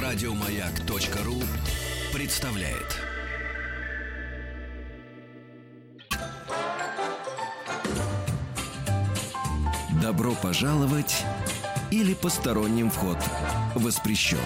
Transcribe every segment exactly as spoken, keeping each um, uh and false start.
Радиомаяк.ру представляет. Добро пожаловать или посторонним вход воспрещен.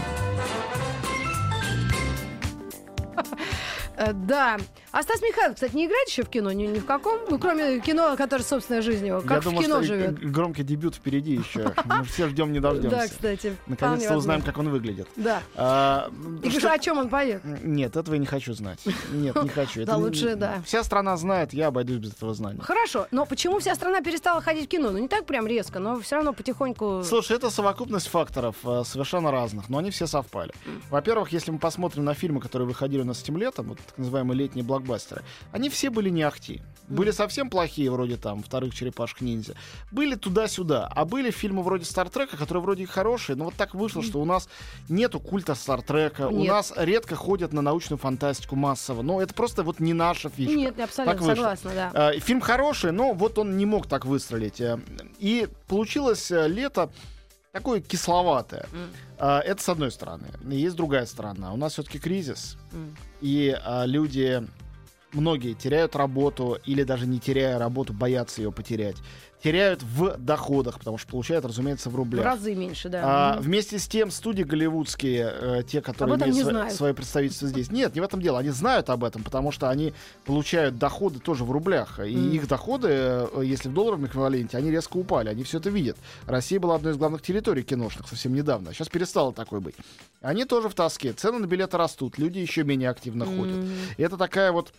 Да. А Стас Михайлов, кстати, не играет еще в кино ни, ни в каком? Ну, кроме кино, которое собственной жизнью. Как Я в думаю, кино что живет? громкий дебют впереди еще. Мы все ждем, не дождемся. Да, кстати. Наконец-то узнаем, как он выглядит. Да. А, И что... о чем он поет? Нет, этого я не хочу знать. Нет, не хочу. Да, лучше, да. Вся страна знает, я обойдусь без этого знания. Хорошо, но почему вся страна перестала ходить в кино? Ну, не так прям резко, но все равно потихоньку... Слушай, это совокупность факторов совершенно разных, но они все совпали. Во-первых, если мы посмотрим на фильмы, которые выходили у нас этим летом, вот так называемые летние блокбастеры, они все были не ахти. Были совсем плохие, вроде там «Вторых черепашек-ниндзя». Были туда-сюда. А были фильмы вроде «Стартрека», которые вроде и хорошие, но вот так вышло, что у нас нету культа «Стартрека». У нас редко ходят на научную фантастику массово. Но это просто вот не наша фишка. Нет, я абсолютно согласна, да. А, фильм хороший, но вот он не мог так выстрелить. И получилось лето такое кисловатое. Mm. А, это с одной стороны. Есть другая сторона. У нас все-таки кризис. Mm. И а, люди... Многие теряют работу или даже не теряя работу, боятся ее потерять. Теряют в доходах, потому что получают, разумеется, в рублях. В разы меньше, да. А, mm-hmm. Вместе с тем студии голливудские, э, те, которые имеют сво- свое представительство здесь, нет, не в этом дело. Они знают об этом, потому что они получают доходы тоже в рублях. И mm. их доходы, э, если в долларовом эквиваленте, они резко упали. Они все это видят. Россия была одной из главных территорий киношных совсем недавно. Сейчас перестало такой быть. Они тоже в тоске. Цены на билеты растут. Люди еще менее активно mm. ходят. И это такая вот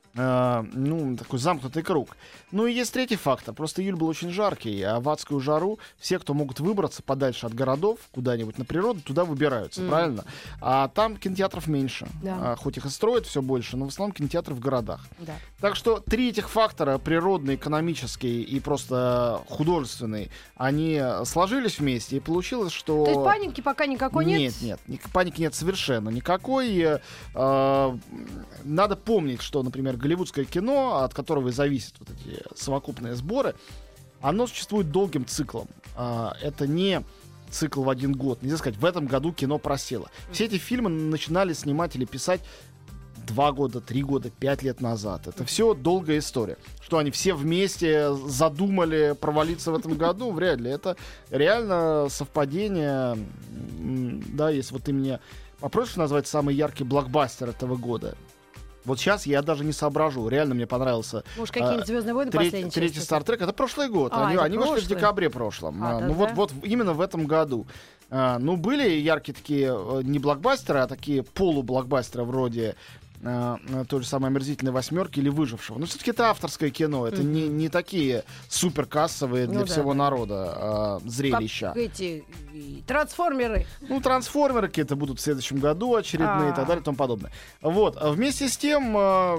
Uh, ну, такой замкнутый круг. Ну и есть третий фактор. Просто июль был очень жаркий, а в адскую жару все, кто могут выбраться подальше от городов, куда-нибудь на природу, туда выбираются, mm. правильно? А там кинотеатров меньше. Да. А, хоть их и строят все больше, но в основном кинотеатры в городах. Да. Так что три этих фактора, природный, экономический и просто художественный, они сложились вместе, и получилось, что... То есть паники пока никакой нет? Нет, нет. Паники нет совершенно никакой. А, надо помнить, что, например, голливудское кино, от которого и зависят вот эти совокупные сборы, оно существует долгим циклом. А, это не цикл в один год. Нельзя сказать, в этом году кино просело. Все эти фильмы начинали снимать или писать два года, три года, пять лет назад. Это все долгая история. Что они все вместе задумали провалиться в этом году, вряд ли. Это реально совпадение. Да, если вот ты меня попросишь назвать самый яркий блокбастер этого года, вот сейчас я даже не соображу. Реально мне понравился. Может, какие-нибудь «Звездные войны» последние? Третий «Стартрек». Это прошлый год. А, они это они вышли в декабре прошлом. А, а, да, ну да? вот, вот именно в этом году. А, ну, были яркие такие не блокбастеры, а такие полублокбастеры вроде Uh, той же самой «Омерзительной восьмерки» или «Выжившего». Но все-таки это авторское кино. Это mm-hmm. не, не такие суперкассовые для ну, всего да, народа uh, зрелища. Как эти трансформеры. Ну, трансформеры какие-то будут в следующем году очередные А-а-а. и так далее и тому подобное. Вот. Вместе с тем,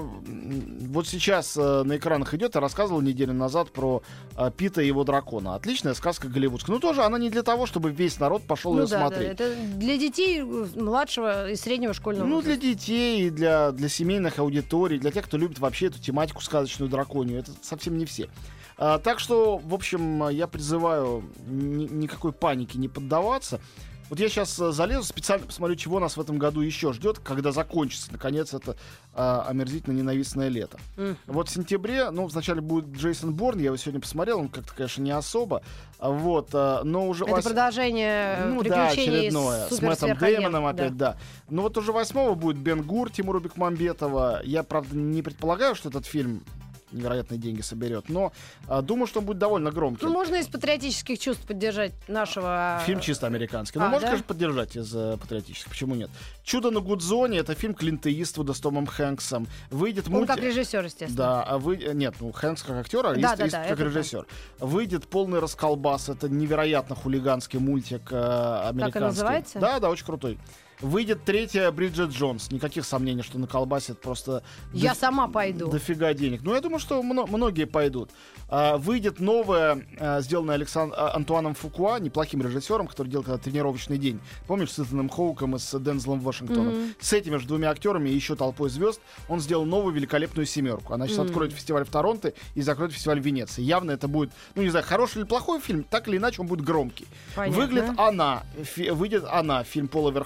uh, вот сейчас uh, на экранах идет, я рассказывал неделю назад про uh, Пита и его дракона. Отличная сказка голливудская. Ну, тоже она не для того, чтобы весь народ пошел ну, ее да, смотреть. Да, это для детей младшего и среднего школьного Ну, возраста. для детей и для для семейных аудиторий, для тех, кто любит вообще эту тематику сказочную драконию. Это совсем не все. А, так что, в общем, я призываю ни- никакой панике не поддаваться. Вот я сейчас залезу, специально посмотрю, чего нас в этом году еще ждет, когда закончится, наконец, это а, омерзительно ненавистное лето. Mm. Вот в сентябре, ну, вначале будет Джейсон Борн, я его сегодня посмотрел, он как-то, конечно, не особо, вот, а, но уже... Это вось... продолжение ну, приключений да, с, с Мэттом Дэймоном опять, да. да. Но вот уже восьмого будет Бен-Гур Тимура Бекмамбетова. Я, правда, не предполагаю, что этот фильм невероятные деньги соберет, но а, думаю, что он будет довольно громким. Ну, можно из патриотических чувств поддержать нашего... Фильм чисто американский. А, ну, можно, да? конечно, поддержать из uh, патриотических. Почему нет? «Чудо на Гудзоне» — это фильм Клинта Иствуда с Томом Хэнксом. Выйдет Он мульти... как режиссер, естественно. Да, а вы... Нет, ну, Хэнкс как актер, а да, Ист, да, Ист да, как режиссер. Да. Выйдет «Полный расколбас». Это невероятно хулиганский мультик э, американский. Как он называется? Да, да, очень крутой. Выйдет третья Бриджит Джонс. Никаких сомнений, что на колбасит просто... Я доф... сама пойду. Дофига денег. Ну, я думаю, что мно- многие пойдут. А, выйдет новая, а, сделанная Александ... Антуаном Фукуа, неплохим режиссером, который делал когда «Тренировочный день». Помнишь, с Итаном Хоуком и с Дензелом Вашингтоном? Mm-hmm. С этими же двумя актерами и еще толпой звезд он сделал новую великолепную семерку. Она сейчас mm-hmm. откроет фестиваль в Торонто и закроет фестиваль в Венеции. Явно это будет, ну, не знаю, хороший или плохой фильм, так или иначе он будет громкий. Понятно. Выглядит она, фи- выйдет она, фильм Пола Верховена с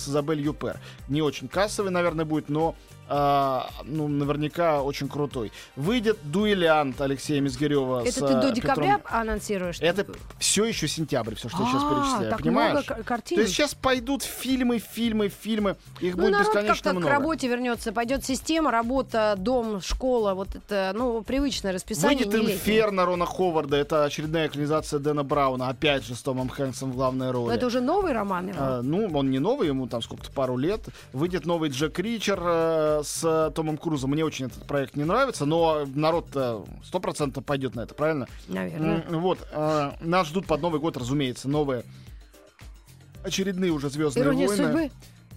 с Изабель Юпер. Не очень кассовый, наверное, будет, но а, ну, наверняка очень крутой. Выйдет «Дуэлянт» Алексея Мизгирева. Это с, ты до декабря Петром... анонсируешь? Это все еще сентябрь, все, что я сейчас перечисляю. Так понимаешь? много картин. То есть сейчас пойдут фильмы, фильмы, фильмы. Их ну, будет народ бесконечно как-то много. к работе вернется. Пойдет система, работа, дом, школа. Вот это, ну, привычное расписание. Выйдет «Инферно» Рона Ховарда. Это очередная экранизация Дэна Брауна. Опять же с Томом Хэнксом в главной роли. Но это уже новый роман его? А, ну, он не новый, ему там сколько-то, пару лет. Выйдет новый Джек Ричер э, с Томом Крузом. Мне очень этот проект не нравится, но народ-то сто процентов пойдет на это, правильно? Наверное. М- вот. Э, нас ждут под Новый год, разумеется, новые очередные уже «Звездные «Ирония войны». судьбы?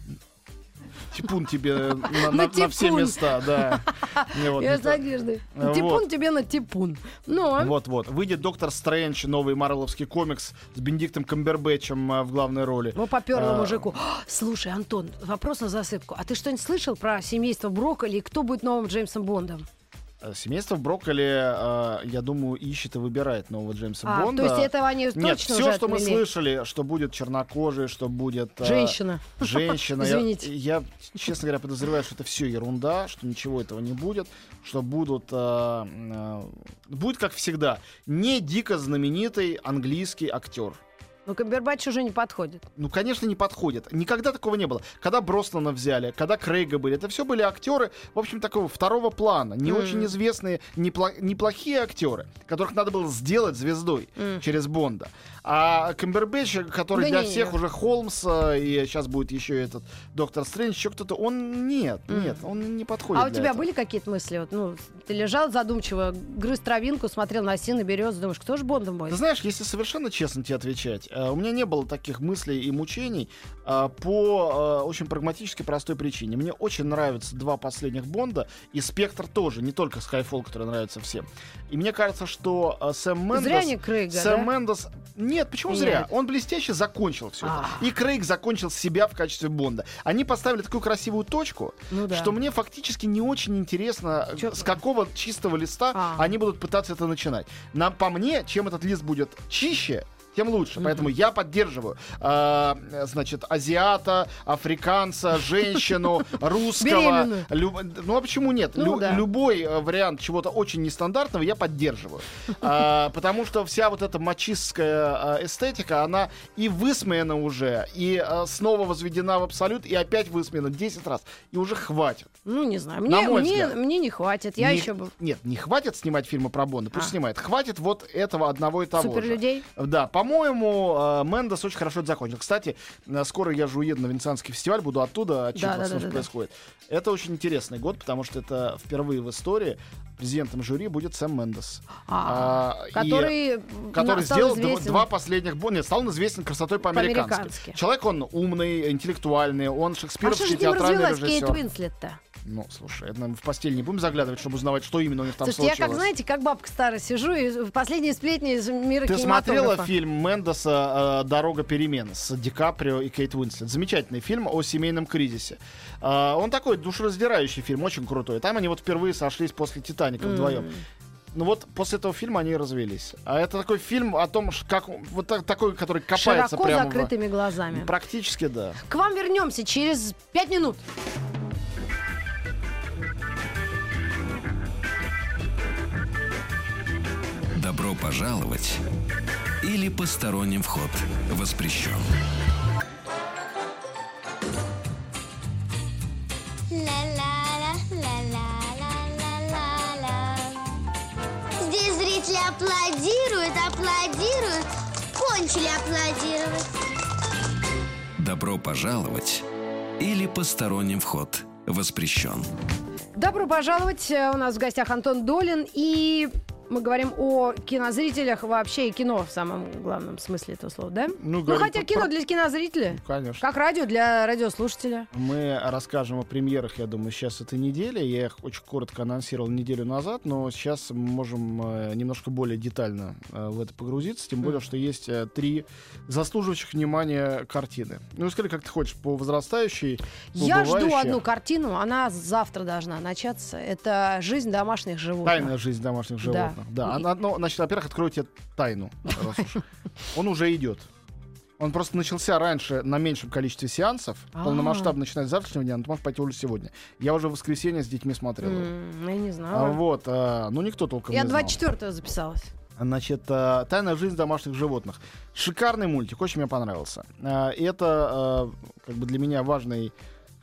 Типун тебе на, на, на все места, да. Вот, Я с надеждой. Вот. Типун тебе на типун. Но... Вот-вот. Выйдет «Доктор Стрэндж», новый марвеловский комикс с Бенедиктом Камбербэтчем а, в главной роли. Ну, попёрло а... мужику. Слушай, Антон, вопрос на засыпку. А ты что-нибудь слышал про семейство Брокколи и кто будет новым Джеймсом Бондом? Семейство Брокколи, э, я думаю, ищет и выбирает нового Джеймса а, Бонда. То есть этого они точно Нет, уже все, что отмели? мы слышали, что будет чернокожий, что будет... Э, женщина. Женщина. Извините. Я, я, честно говоря, подозреваю, что это все ерунда, что ничего этого не будет, что будут... Э, э, будет, как всегда, не дико знаменитый английский актер. Ну, Камбербэтч уже не подходит. Ну, конечно, не подходит. Никогда такого не было. Когда Броснана взяли, когда Крейга были, это все были актеры, в общем, такого второго плана. Не mm. очень известные, непло- неплохие актеры, которых надо было сделать звездой mm. через Бонда. А Камбербэтч, который да для не, всех не. уже Холмс, и сейчас будет еще этот Доктор Стрэндж, еще кто-то, он нет, mm. нет, он не подходит. А у тебя этого. были какие-то мысли? Вот, ну, ты лежал задумчиво, грыз травинку, смотрел на осины, березы, думаешь, кто же Бондом будет? Ты знаешь, если совершенно честно тебе отвечать, у меня не было таких мыслей и мучений по очень прагматически простой причине. Мне очень нравятся два последних Бонда, и Спектр тоже, не только Skyfall, который нравится всем. И мне кажется, что Сэм Мендес... Зря не Крейга, Сэм да? Мендес... Нет, почему Нет. зря? Он блестяще закончил все это. И Крейг закончил себя в качестве Бонда. Они поставили такую красивую точку, ну, да. что мне фактически не очень интересно, Чё? с какого чистого листа а. они будут пытаться это начинать. На, по мне, чем этот лист будет чище, тем лучше. Mm-hmm. Поэтому я поддерживаю, э, значит, азиата, африканца, женщину, русского. Люб... Ну а почему нет? Ну, Лю- да. Любой вариант чего-то очень нестандартного я поддерживаю. э, потому что вся вот эта мачистская э, эстетика, она и высмеяна уже, и э, снова возведена в абсолют, и опять высмеяна десять раз. И уже хватит. Ну, не знаю. Мне, мне, мне не хватит. Я не, еще бы... Нет, не хватит снимать фильмы про Бонда. Пусть а. снимает. Хватит вот этого одного и того Суперлюдей? же. Да, по-моему, Мендес очень хорошо это закончил. Кстати, скоро я же уеду на Венецианский фестиваль, буду оттуда отчитываться, да, да, что да, происходит. Да. Это очень интересный год, потому что это впервые в истории президентом жюри будет Сэм Мендес. А, а, который который сделал известен... два последних Бонда. Нет, стал он известен красотой по-американски. по-американски. Человек, он умный, интеллектуальный, он шекспировский театральный режиссер. А что же не развелась Кейт Уинслет-то? Ну, слушай, это, наверное, в постель не будем заглядывать, чтобы узнавать, что именно у них там Слушайте, случилось. Я, как, знаете, как бабка старая сижу, и последние сплетни из мира Ты кинематографа. смотрела фильм Мендеса «Дорога перемен» с Ди Каприо и Кейт Уинслет? Замечательный фильм о семейном кризисе. Он такой душераздирающий фильм, очень крутой. Там они вот впервые сошлись после «Титаника» mm. вдвоем. Ну вот после этого фильма они развелись. А это такой фильм о том, как вот так, такой, который копается широко прямо закрытыми в... глазами. Практически, да. К вам вернемся через пять минут. Добро пожаловать или посторонним вход воспрещен. Здесь зрители аплодируют, аплодируют, кончили аплодировать. Добро пожаловать или посторонним вход воспрещен. Добро пожаловать. У нас в гостях Антон Долин, и мы говорим о кинозрителях вообще, и кино в самом главном смысле этого слова, да? Ну, ну хотя кино про... для кинозрителя. Конечно. Как радио для радиослушателя. Мы расскажем о премьерах, я думаю, сейчас этой недели. Я их очень коротко анонсировал неделю назад, но сейчас мы можем э, немножко более детально э, в это погрузиться, тем более, mm. что есть э, три заслуживающих внимания картины. Ну, скажи, как ты хочешь, по возрастающей, по Я убывающей. жду одну картину, она завтра должна начаться. Это «Жизнь домашних животных». «Тайная жизнь домашних животных». Да. Да, и... ну, значит, во-первых, открою тебе тайну. Он уже идет. Он просто начался раньше на меньшем количестве сеансов. А-а-а. Полномасштабно начинать с завтрашнего дня, но ты можешь пойти уже сегодня. Я уже в воскресенье с детьми смотрел. Mm, я не знала. А, вот, а, ну никто толком я не знал. Я двадцать четвёртого записалась. Значит, «Тайная жизнь домашних животных». Шикарный мультик, очень мне понравился. И это как бы для меня важный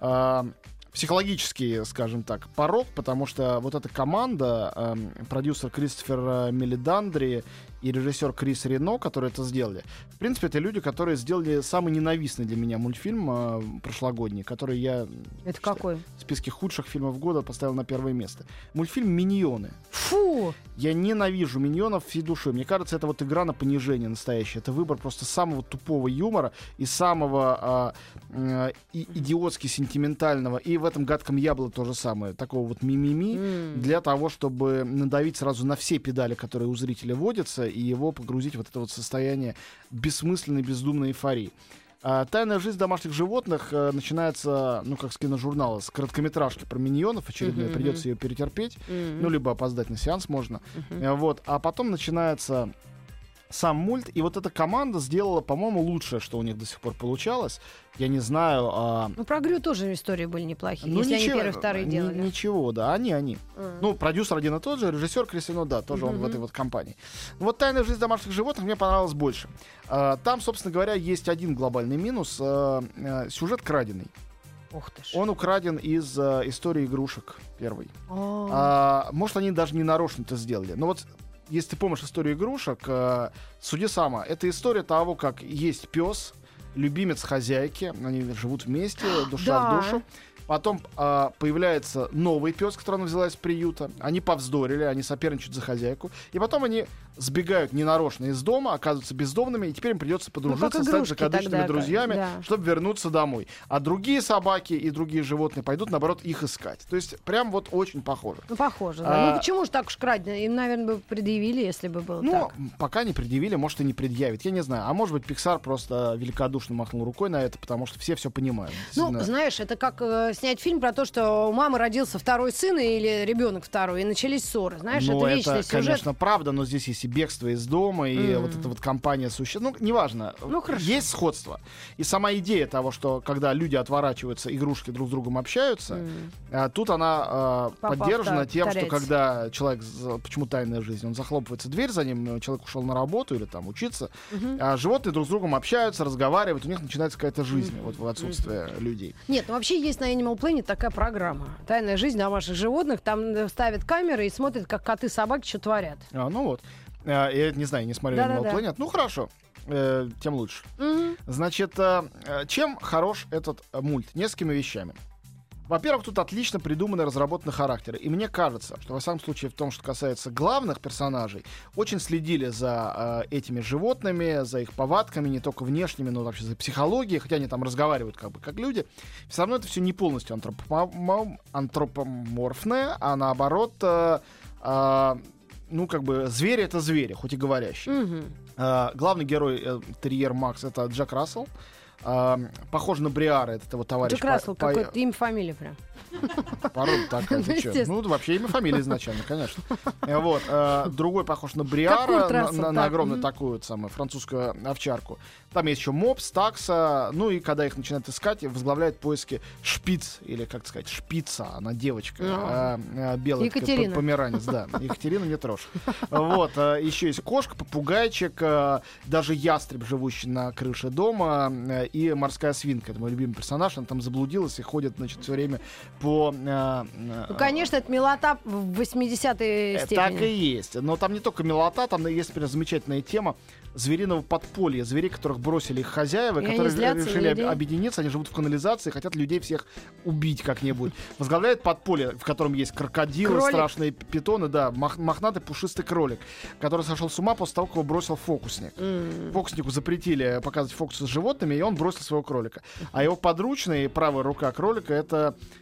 психологический, скажем так, порог, потому что вот эта команда, продюсер Кристофер Мелидандри и режиссер Крис Рено, которые это сделали, в принципе, это люди, которые сделали самый ненавистный для меня мультфильм э, прошлогодний, который я это какой? В списке худших фильмов года поставил на первое место. Мультфильм «Миньоны». Фу! Я ненавижу «Миньонов» всей душой. Мне кажется, это вот игра на понижение настоящая. Это выбор просто самого тупого юмора и самого э, э, и, идиотски сентиментального. И в этом «Гадком яблоке» то же самое. Такого вот мимими mm. для того, чтобы надавить сразу на все педали, которые у зрителя водятся, и его погрузить в вот это вот состояние бессмысленной, бездумной эйфории. А, «Тайная жизнь домашних животных» а, начинается, ну, как с киножурнала, с короткометражки про миньонов. Очередной, uh-huh, придется ее перетерпеть. Uh-huh. Ну, либо опоздать на сеанс можно. Uh-huh. А, вот. А потом начинается сам мульт. И вот эта команда сделала, по-моему, лучшее, что у них до сих пор получалось. Я не знаю... А... Ну, про Грю тоже истории были неплохие, ну, если ничего, они первые, вторые ни, делали. Ничего, да, они, они. Uh-huh. Ну, продюсер один и тот же, режиссер Кристино, да, тоже uh-huh. он в этой вот компании. Вот «Тайная жизнь домашних животных» мне понравилось больше. А, там, собственно говоря, есть один глобальный минус. А, а, сюжет краденый. Ух ты ж. Он украден из а, истории игрушек первой. Oh. А, может, они даже не нарочно это сделали. Но вот если ты помнишь историю игрушек, а, суди сама. Это история того, как есть пес, любимец хозяйки, они живут вместе, душа да. в душу. Потом а, появляется новый пес, которого она взяла из приюта. Они повздорили, они соперничают за хозяйку. И потом они сбегают ненарочно из дома, оказываются бездомными, и теперь им придется подружиться, ну, стать закадычными друзьями, да. чтобы вернуться домой. А другие собаки и другие животные пойдут, наоборот, их искать. То есть прям вот очень похоже. Ну, похоже, да. А, ну, почему же так уж крадено? Им, наверное, бы предъявили, если бы было ну, так. Ну, пока не предъявили, может, и не предъявит. Я не знаю. А может быть, Pixar просто великодушно махнул рукой на это, потому что все все понимают. Ну, знаешь, это как э, снять фильм про то, что у мамы родился второй сын или ребенок второй, и начались ссоры. Знаешь, ну, это вечный это, сюжет. конечно, правда, но здесь есть и бегство из дома, и mm. вот эта вот компания существ. Ну, неважно. Ну, есть сходство. И сама идея того, что когда люди отворачиваются, игрушки друг с другом общаются, mm. а, тут она а, поддержана тем, что когда человек, почему «Тайная жизнь», он захлопывается дверь за ним, человек ушел на работу или там учиться, mm-hmm. а животные друг с другом общаются, разговаривают, у них начинается какая-то жизнь mm-hmm. вот в отсутствие mm-hmm. людей. Нет, ну вообще есть на Animal Planet такая программа «Тайная жизнь домашних животных». Там ставят камеры и смотрят, как коты и собаки что творят. А, ну вот. А, я не знаю, не смотрю Animal Planet. Да. Ну хорошо, э, тем лучше. Mm-hmm. Значит, э, чем хорош этот мульт? Несколькими вещами. Во-первых, тут отлично придуманы, разработаны характеры. И мне кажется, что, во всяком случае, в том, что касается главных персонажей, очень следили за э, этими животными, за их повадками, не только внешними, но вообще за психологией, хотя они там разговаривают как бы как люди. Все равно это все не полностью антропоморфное, а наоборот, э, э, ну, как бы, звери — это звери, хоть и говорящие. Mm-hmm. Э, главный герой, э, терьер Макс, это Джек Рассел. Uh, похож на Бриара, это его товарищ. Джек Рассел, по, какое-то по... имя, фамилия прям. Порода такая, ты чё? Ну, вообще имя, фамилия изначально, конечно. Вот. Uh, другой похож на Бриара, на, на, на огромную mm-hmm. такую вот самую французскую овчарку. Там есть еще Мопс, Такса. Ну и когда их начинают искать, возглавляет поиски Шпиц, или, как сказать, Шпица. Она девочка. Oh. А, а, белая. Екатерина. Померанец, да. Екатерина не трожь. Вот. А, еще есть кошка, попугайчик, а, даже ястреб, живущий на крыше дома, а, и морская свинка. Это мой любимый персонаж. Она там заблудилась и ходит, значит, все время по... А, ну, конечно, это милота в восьмидесятой степени. Так и есть. Но там не только милота, там есть, например, замечательная тема звериного подполья. Зверей, которых бросили их хозяева, и которые решили об- объединиться. Они живут в канализации, хотят людей всех убить как-нибудь. Возглавляет подполье, в котором есть крокодилы, кролик. Страшные питоны, да, мох- мохнатый пушистый кролик, который сошел с ума после того, как его бросил фокусник. Mm. Фокуснику запретили показывать фокусы с животными, и он бросил своего кролика. А его подручный, правая рука кролика, это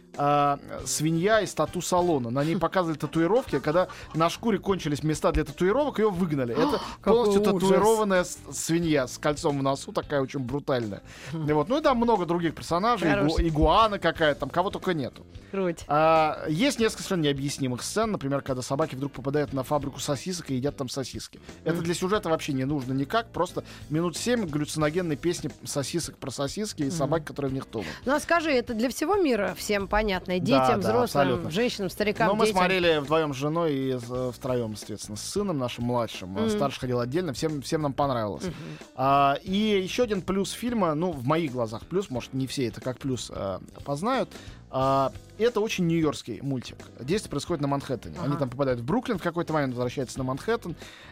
э, свинья из тату-салона. На ней показывали татуировки. Когда на шкуре кончились места для татуировок, ее выгнали. Это полностью татуированная свинья с кольцом в носу, такая очень брутальная. И вот. Ну и там много других персонажей. Игу, игуана какая-то, там кого только нету. Круть. А, есть несколько совершенно необъяснимых сцен. Например, когда собаки вдруг попадают на фабрику сосисок и едят там сосиски. Это для сюжета вообще не нужно никак. Просто минут семь галлюциногенной песни сосисок про сосиски и собак, которые в них тонут. Ну а скажи, это для всего мира всем понятно? Детям, да, взрослым, да, женщинам, старикам, Но мы детям. смотрели вдвоем с женой и э, втроем, соответственно, с сыном нашим младшим. Mm-hmm. Старший ходил отдельно. Всем, всем нам понравилось. Mm-hmm. А, и еще один плюс фильма, ну, в моих глазах плюс, может, не все это как плюс а, познают. А, это очень нью-йоркский мультик. Действие происходит на Манхэттене. Ага. Они там попадают в Бруклин в какой-то момент, возвращаются на Манхэттен.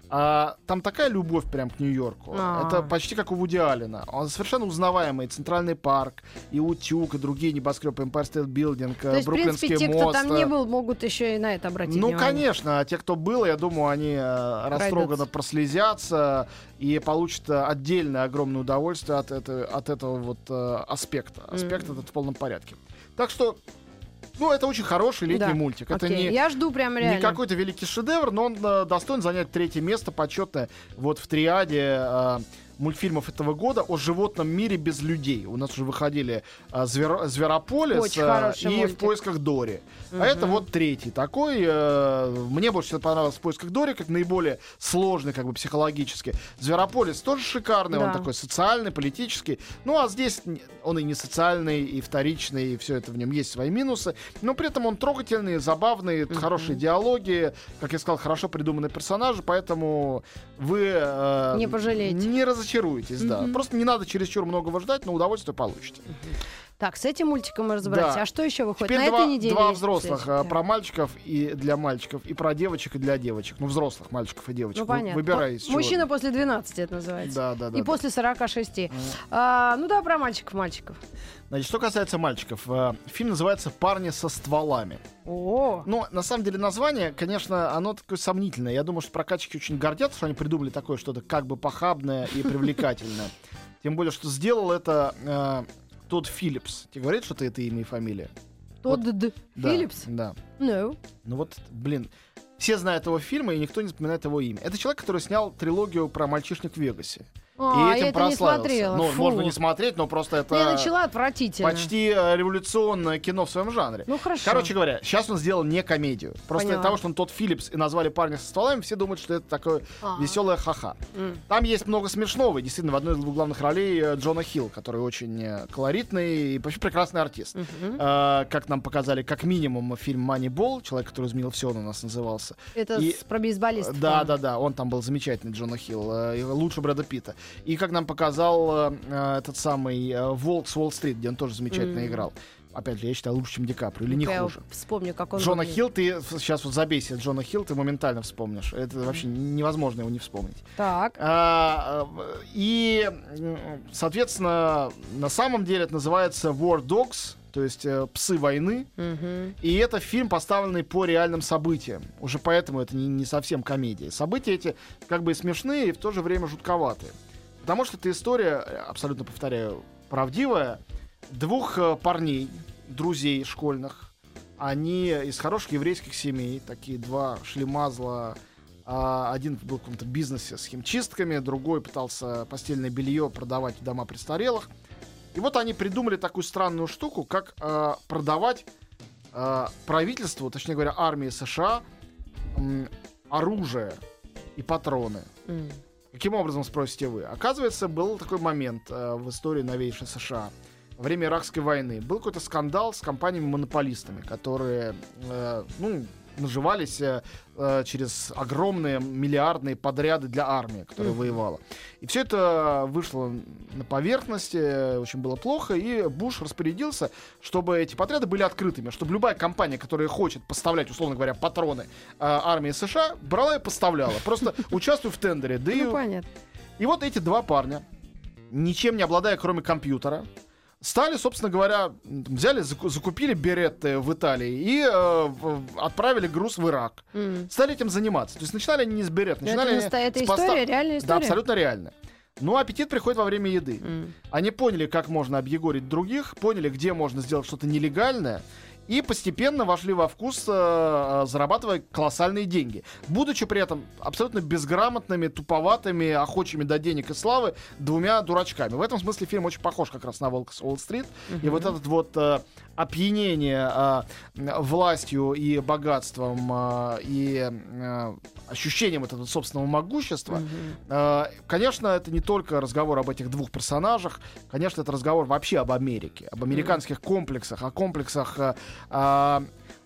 А, там такая любовь прям к Нью-Йорку. А-а-а. Это почти как у Вуди Аллена. Он совершенно узнаваемый. Центральный парк, и Утюг, и другие небоскребы, Empire State Building, То есть, Бруклинский в принципе, мост. те, кто там не был, могут еще и на это обратить ну, внимание. Ну, конечно. А те, кто был, я думаю, они э, растроганно прослезятся и получат отдельное огромное удовольствие от, это, от этого вот э, аспекта. Аспект mm-hmm. этот в полном порядке. Так что, ну, это очень хороший летний да. мультик. Это Окей. не, Я жду прям реально. не какой-то великий шедевр, но он э, достоин занять третье место почетное вот в триаде э, мультфильмов этого года о животном мире без людей. У нас уже выходили э, Звер... Зверополис э, и мультик. В поисках Дори. Угу. А это вот третий такой. Э, мне больше всего понравился В поисках Дори, как наиболее сложный, как бы психологически. Зверополис тоже шикарный, да. он такой социальный, политический. Ну а здесь он и не социальный, и вторичный, и все это в нем есть свои минусы. Но при этом он трогательный, забавный, угу. хорошие диалоги, как я сказал, хорошо придуманные персонажи, поэтому вы э, не пожалеете. Не разочаруетесь, угу. да. Просто не надо чересчур многого ждать, но удовольствие получите. Угу. Так, с этим мультиком мы разобрались. Да. А что еще выходит Теперь на два, этой неделе? Два взрослых, а, про мальчиков и для мальчиков, и про девочек и для девочек. Ну, взрослых мальчиков и девочек. Ну, понятно. Выбирай, из Мужчина чего. После двенадцати это называется. Да, да, да. И да. после сорока шести. Mm. А, ну да, про мальчиков-мальчиков. Значит, что касается мальчиков. Фильм называется «Парни со стволами». О. Ну, на самом деле, название, конечно, оно такое сомнительное. Я думаю, что прокатчики очень гордятся, что они придумали такое что-то как бы похабное и привлекательное. Тем более, что сделал это Тодд Филлипс. Тебе говорит, что это имя и фамилия? Тодд вот. Филлипс? Да. No. Ну вот, блин, все знают его фильмы, и никто не вспоминает его имя. Это человек, который снял трилогию про мальчишник в Вегасе. А, и этим я это прославился. не смотрела. Ну, Фу. можно не смотреть, но просто это... Я начала отвратительно. Почти революционное кино в своем жанре. Ну, хорошо. Короче говоря, сейчас он сделал не комедию. Просто Поняла. из-за того, что он Тодд Филлипс и назвали «Парня со стволами», все думают, что это такое А-а. веселое ха-ха. Mm. Там есть много смешного. Действительно, в одной из двух главных ролей Джона Хилл, который очень колоритный и вообще прекрасный артист. Mm-hmm. А, как нам показали, как минимум, фильм «Манибол», человек, который изменил все, он у нас назывался. Это и... с, про бейсболистов. Да, да, да. Он там был замечательный, Джона Хилл. Лучше Брэда Питта. И как нам показали, показал э, этот самый э, «Волк с Уолл-стрит», где он тоже замечательно mm. играл. Опять же, я считаю, лучше, чем Ди Каприо, или не я хуже. Вспомню, как он Джона выглядит. Хилл, ты сейчас вот забейся, Джона Хилл, ты моментально вспомнишь. Это mm. вообще невозможно его не вспомнить. Так. А, и, соответственно, на самом деле это называется «War Dogs», то есть э, «Псы войны». Mm-hmm. И это фильм, поставленный по реальным событиям. Уже поэтому это не, не совсем комедия. События эти как бы смешные и в то же время жутковатые. Потому что эта история, абсолютно повторяю, правдивая. Двух э, парней, друзей школьных, они из хороших еврейских семей, такие два шлемазла. А один был в каком-то бизнесе с химчистками, другой пытался постельное белье продавать в дома престарелых. И вот они придумали такую странную штуку, как э, продавать э, правительству, точнее говоря, армии США, э, оружие и патроны. Mm. Каким образом, спросите вы? Оказывается, был такой момент э, в истории новейшей США. Во время Иракской войны был какой-то скандал с компаниями-монополистами, которые, э, ну, наживались э, через огромные миллиардные подряды для армии, которая mm-hmm. воевала. И все это вышло на поверхность, очень было плохо, и Буш распорядился, чтобы эти подряды были открытыми, чтобы любая компания, которая хочет поставлять, условно говоря, патроны э, армии США, брала и поставляла. Просто участвуй в тендере. Да ну, и... понятно. И вот эти два парня, ничем не обладая, кроме компьютера, стали, собственно говоря, взяли, закупили беретты в Италии и э, отправили груз в Ирак. Mm. Стали этим заниматься. То есть начинали они не с берет, начинали это, они это с история, поста... реальная история? Да, абсолютно реальная. Но аппетит приходит во время еды. Mm. Они поняли, как можно объегорить других, поняли, где можно сделать что-то нелегальное. и постепенно вошли во вкус, э, зарабатывая колоссальные деньги. Будучи при этом абсолютно безграмотными, туповатыми, охочими до денег и славы двумя дурачками. В этом смысле фильм очень похож как раз на «Волк с Уолл-стрит». Uh-huh. И вот этот вот э, опьянение э, властью и богатством э, и э, ощущением этого собственного могущества, uh-huh. э, конечно, это не только разговор об этих двух персонажах, конечно, это разговор вообще об Америке, об американских uh-huh. комплексах, о комплексах э, э,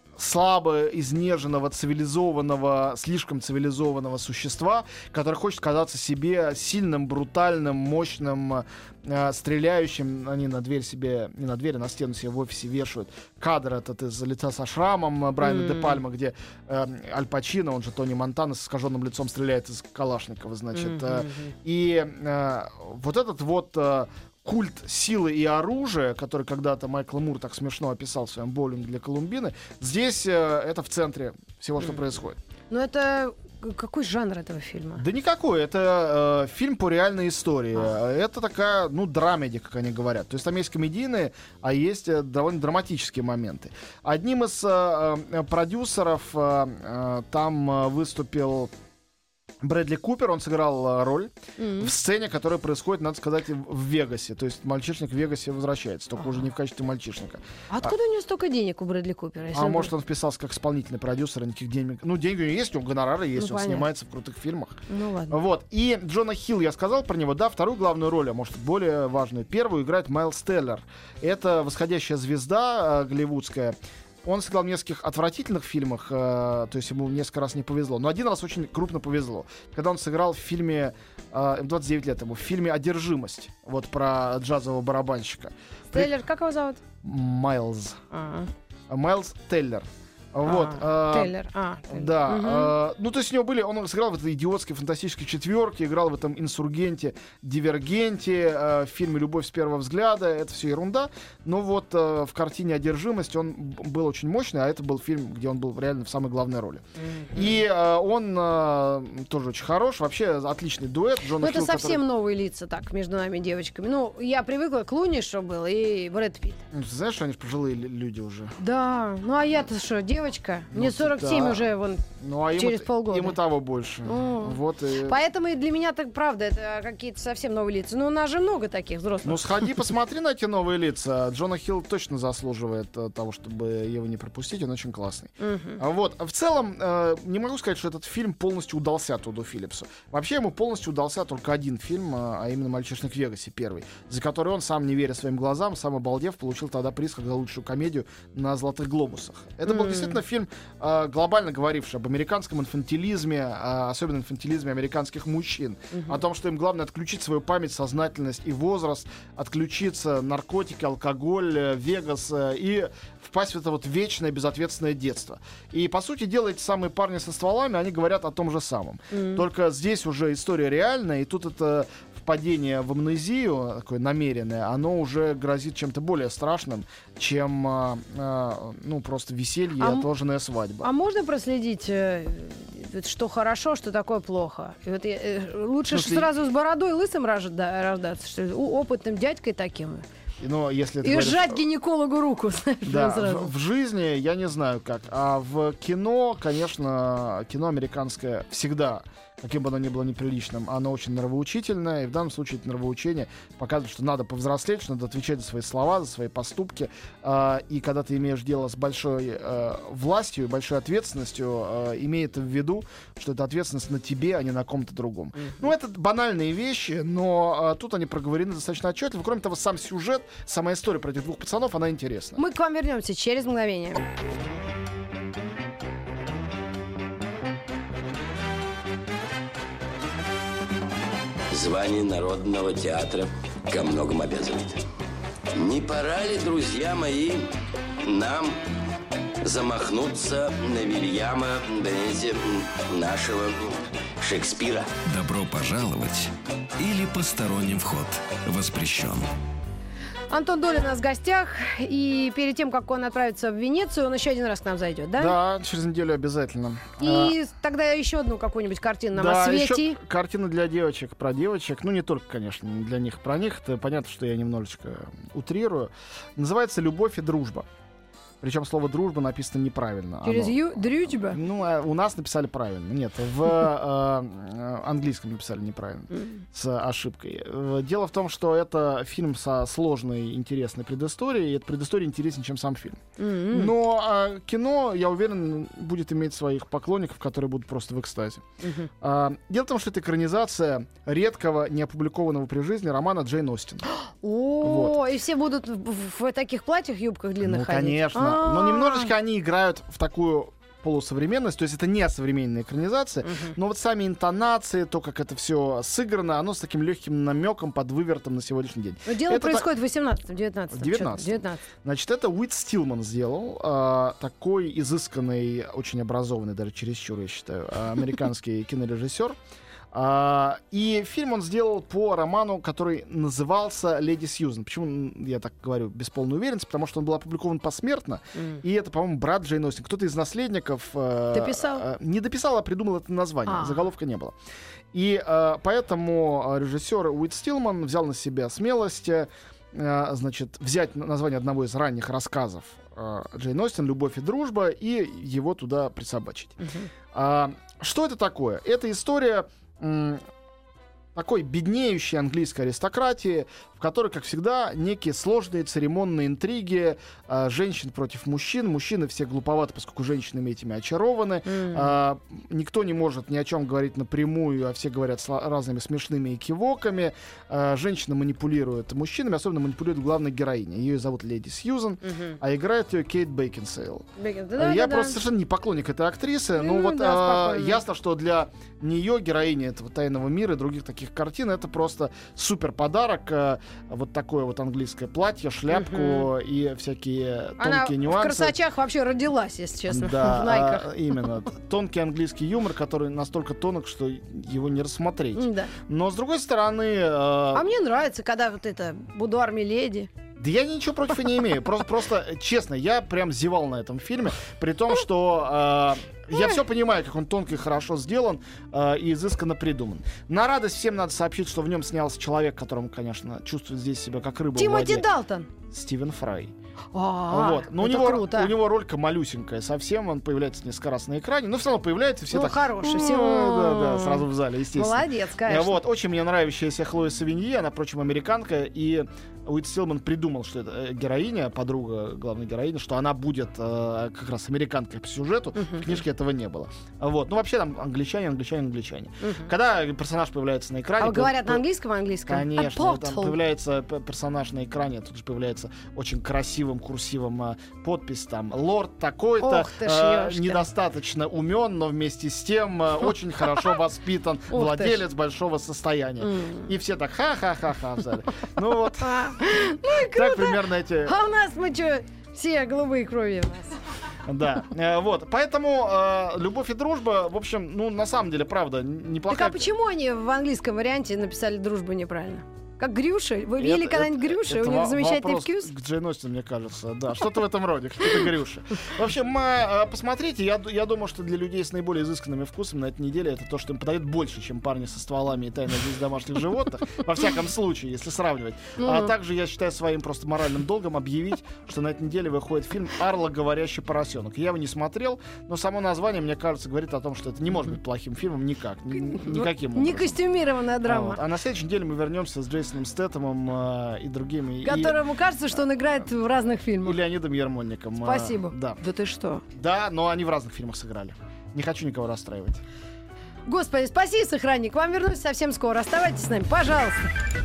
слабо изнеженного, цивилизованного, слишком цивилизованного существа, который хочет казаться себе сильным, брутальным, мощным, э, стреляющим. Они на дверь себе, не на дверь, а на стену себе в офисе вешают кадр этот из «Лица со шрамом» Брайана mm. де Пальма, где э, Аль Пачино, он же Тони Монтана, с искаженным лицом стреляет из Калашникова, значит. Mm-hmm. Э, и э, вот этот вот... Э, культ силы и оружия, который когда-то Майкл Мур так смешно описал в своем «Боулинге для Колумбины», здесь э, это в центре всего, что mm. происходит. Но это... Какой жанр этого фильма? Да никакой. Это э, фильм по реальной истории. А. Это такая, ну, драмеди, как они говорят. То есть там есть комедийные, а есть э, довольно драматические моменты. Одним из э, э, продюсеров э, э, там э, выступил... Брэдли Купер, он сыграл роль mm-hmm. в сцене, которая происходит, надо сказать, в Вегасе. То есть мальчишник в Вегасе возвращается, только uh-huh. уже не в качестве мальчишника. А откуда а, у него столько денег у Брэдли Купера? А он может, он вписался как исполнительный продюсер, никаких денег. Ну, деньги у него есть, у него гонорары есть, ну, он понятно. Снимается в крутых фильмах. Ну, ладно. Вот. И Джона Хилл, я сказал про него, да, вторую главную роль, а может, более важную. Первую играет Майлз Теллер. Это восходящая звезда э, голливудская. Он сыграл в нескольких отвратительных фильмах, э, то есть ему несколько раз не повезло. Но один раз очень крупно повезло. Когда он сыграл в фильме, э, двадцать девять лет ему, в фильме «Одержимость». Вот про джазового барабанщика. Теллер, как его зовут? Майлз. А-а. Майлз Теллер. Вот, а, э, Теллер, а, Теллер. Да, угу. э, ну то есть у него были, он сыграл в этой идиотской фантастической четверке, играл в этом «Инсургенте», «Дивергенте», э, в фильме «Любовь с первого взгляда», это все ерунда, но вот э, в картине «Одержимость» он был очень мощный, а это был фильм, где он был реально в самой главной роли. Mm-hmm. И э, он э, тоже очень хорош, вообще отличный дуэт. Джона Ну это Хилл, совсем который... новые лица так между нами девочками. Ну я привыкла к Клуни, что был, и Брэд Питт. Ну, ты знаешь, что они же пожилые люди уже. Да, ну а я-то что, девочка? Ну, мне сорок семь да. уже вон ну, а через ему, полгода. Ему того больше. Вот и... Поэтому и для меня так правда, это какие-то совсем новые лица. Ну у нас же много таких взрослых. Ну сходи, посмотри на эти новые лица. Джона Хилл точно заслуживает uh, того, чтобы его не пропустить. Он очень классный. Uh-huh. Вот. В целом, uh, не могу сказать, что этот фильм полностью удался Тодду Филлипсу. Вообще ему полностью удался только один фильм, uh, а именно «Мальчишник в Вегасе», первый, за который он, сам не веря своим глазам, сам обалдев, получил тогда приз как за лучшую комедию на «Золотых глобусах». Это uh-huh. был действительно фильм, uh, глобально говоривший об американском инфантилизме, uh, особенно инфантилизме американских мужчин. Uh-huh. О том, что им главное отключить свою память, сознательность и возраст, отключиться наркотики, алкоголь, Вегас uh, и впасть в это вот вечное безответственное детство. И, по сути дела, эти самые парни со стволами, они говорят о том же самом. Mm. Только здесь уже история реальная, и тут это впадение в амнезию, такое намеренное, оно уже грозит чем-то более страшным, чем а, а, ну, просто веселье а и отложенная свадьба. А можно проследить, что хорошо, что такое плохо? И вот, лучше ну, сразу с бородой лысым рождаться, что ли, опытным дядькой таким? Но если и говоришь, сжать гинекологу руку. Знаешь, да, в, в жизни я не знаю как. А в кино, конечно, кино американское всегда, каким бы оно ни было неприличным, оно очень нравоучительное. И в данном случае это нравоучение показывает, что надо повзрослеть, что надо отвечать за свои слова, за свои поступки. Э, и когда ты имеешь дело с большой э, властью и большой ответственностью, э, имей это в виду, что это ответственность на тебе, а не на ком-то другом. Mm-hmm. Ну, это банальные вещи, но э, тут они проговорены достаточно отчетливо. Кроме того, сам сюжет, сама история про этих двух пацанов, она интересна. Мы к вам вернемся через мгновение. Звание Народного театра ко многому обязывает. Не пора ли, друзья мои, нам замахнуться на Вильяма, понимаете, нашего Шекспира? Добро пожаловать или посторонним вход воспрещен. Антон Долин у нас в гостях, и перед тем, как он отправится в Венецию, он еще один раз к нам зайдет, да? Да, через неделю обязательно. И а... тогда еще одну какую-нибудь картину нам да, освети. Еще картина для девочек, про девочек. Ну, не только, конечно, для них, про них. Это понятно, что я немножечко утрирую. Называется «Любовь и дружба». Причем слово «дружба» написано неправильно. Через «ю» — «дрючба»? Ну, а у нас написали правильно. Нет, в э, английском написали неправильно, mm. с ошибкой. Дело в том, что это фильм со сложной, интересной предысторией, и эта предыстория интереснее, чем сам фильм. Mm-hmm. Но э, кино, я уверен, будет иметь своих поклонников, которые будут просто в экстазе. Mm-hmm. Э, дело в том, что это экранизация редкого, неопубликованного при жизни романа Джейн Остин. О, вот. И все будут в, в таких платьях, юбках длинных ну, ходить? Конечно. А-а-а. Но немножечко они играют в такую полусовременность, то есть это не современная экранизация, uh-huh. но вот сами интонации, то, как это все сыграно, оно с таким легким намеком под вывертом на сегодняшний день. Но дело это происходит та... в восемнадцатом, девятнадцатом. В девятнадцатом. Значит, это Уит Стилман сделал, э, такой изысканный, очень образованный, даже чересчур, я считаю, американский кинорежиссер. Uh, и фильм он сделал по роману, который назывался «Леди Сьюзен». Почему я так говорю без полной уверенности? Потому что он был опубликован посмертно. Mm. И это, по-моему, брат Джейн Остин. Кто-то из наследников uh, дописал? Uh, не дописал, а придумал это название. А. Заголовка не было. И uh, поэтому режиссер Уит Стилман взял на себя смелость uh, значит, взять название одного из ранних рассказов uh, Джейн Остин «Любовь и дружба» и его туда присобачить. Mm-hmm. Uh, что это такое? Это история такой беднеющей английской аристократии, в которой, как всегда, некие сложные церемонные интриги э, женщин против мужчин. Мужчины все глуповаты, поскольку женщинами этими очарованы. Mm. Э, никто не может ни о чем говорить напрямую, а все говорят с разными смешными экивоками. Э, женщина манипулирует мужчинами, особенно манипулирует главной героиней. Ее зовут Леди Сьюзен, mm-hmm. а играет ее Кейт Бекинсейл. Бекин... Да, Я да, просто да. совершенно не поклонник этой актрисы. Mm, ну вот да, э, ясно, что для нее, героини этого «Тайного мира» и других таких картин, это просто супер подарок. Э, вот такое вот английское платье, шляпку uh-huh. и всякие тонкие Она нюансы. Она в красочах вообще родилась, если честно, да, в найках. А, именно. Тонкий английский юмор, который настолько тонок, что его не рассмотреть. Да. Но, с другой стороны... Э... А мне нравится, когда вот это «Будуар Миледи». Да я ничего против и не имею. Просто, просто, честно, я прям зевал на этом фильме, при том, что... Э... Я все понимаю, как он тонко и хорошо сделан э, и изысканно придуман. На радость всем надо сообщить, что в нем снялся человек, которому, конечно, чувствует здесь себя как рыба в воде. Тимоти Далтон. Стивен Фрай. А, вот. Но у него, у него ролька малюсенькая совсем, он появляется несколько раз на экране, но все равно появляется, все ну, так... хороший, все... Да, да, сразу в зале, естественно. Молодец, конечно. Вот. Очень мне нравящаяся Хлоя Савиньи, она, впрочем, американка, и Уит Стилман придумал, что это героиня, подруга главной героини, что она будет э, как раз американкой по сюжету. Uh-huh. В книжке этого не было. Вот. Ну, вообще там англичане, англичане, англичане. Uh-huh. Когда персонаж появляется на экране... А говорят по... на английском, английском? Конечно. Там появляется персонаж на экране, тут же появляется очень красивым курсивом э, подпись там «Лорд такой-то, э, недостаточно умен, но вместе с тем э, очень хорошо воспитан, владелец большого состояния». И все так ха-ха-ха-ха в зале. Ну вот... Ну и круто. Так примерно эти... А у нас мы что, все голубые крови у нас. Да, э, вот, поэтому э, «Любовь и дружба», в общем, ну, на самом деле, правда, неплохая... Так а почему они в английском варианте написали «дружба» неправильно? Как Грюша? Вы видели когда-нибудь Грюша? У них замечательный вкус. К Джейн Остин, мне кажется, да. Что-то в этом роде, какие-то Грюши. В общем, э, посмотрите, я, я думаю, что для людей с наиболее изысканными вкусами на этой неделе это то, что им подают больше, чем «Парни со стволами» и «Тайная жизнь домашних животных». Во всяком случае, если сравнивать. Mm-hmm. А также я считаю своим просто моральным долгом объявить, что на этой неделе выходит фильм «Арло, говорящий поросенок». Я его не смотрел, но само название, мне кажется, говорит о том, что это не может быть плохим фильмом никак. Ни, никаким образом. Не костюмированная драма. А, вот. А на следующей неделе мы вернемся с Джейсоном Стэтэмом и другими. Которому и... кажется, что он играет в разных фильмах. И Леонидом Ермольником. Спасибо. Да. Да ты что? Да, но они в разных фильмах сыграли. Не хочу никого расстраивать. Господи, спаси и сохрани. К вам вернусь совсем скоро. Оставайтесь с нами, пожалуйста.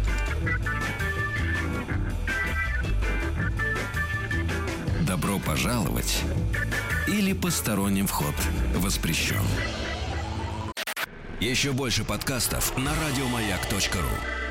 Добро пожаловать или посторонним вход воспрещен. Еще больше подкастов на радиомаяк точка ру.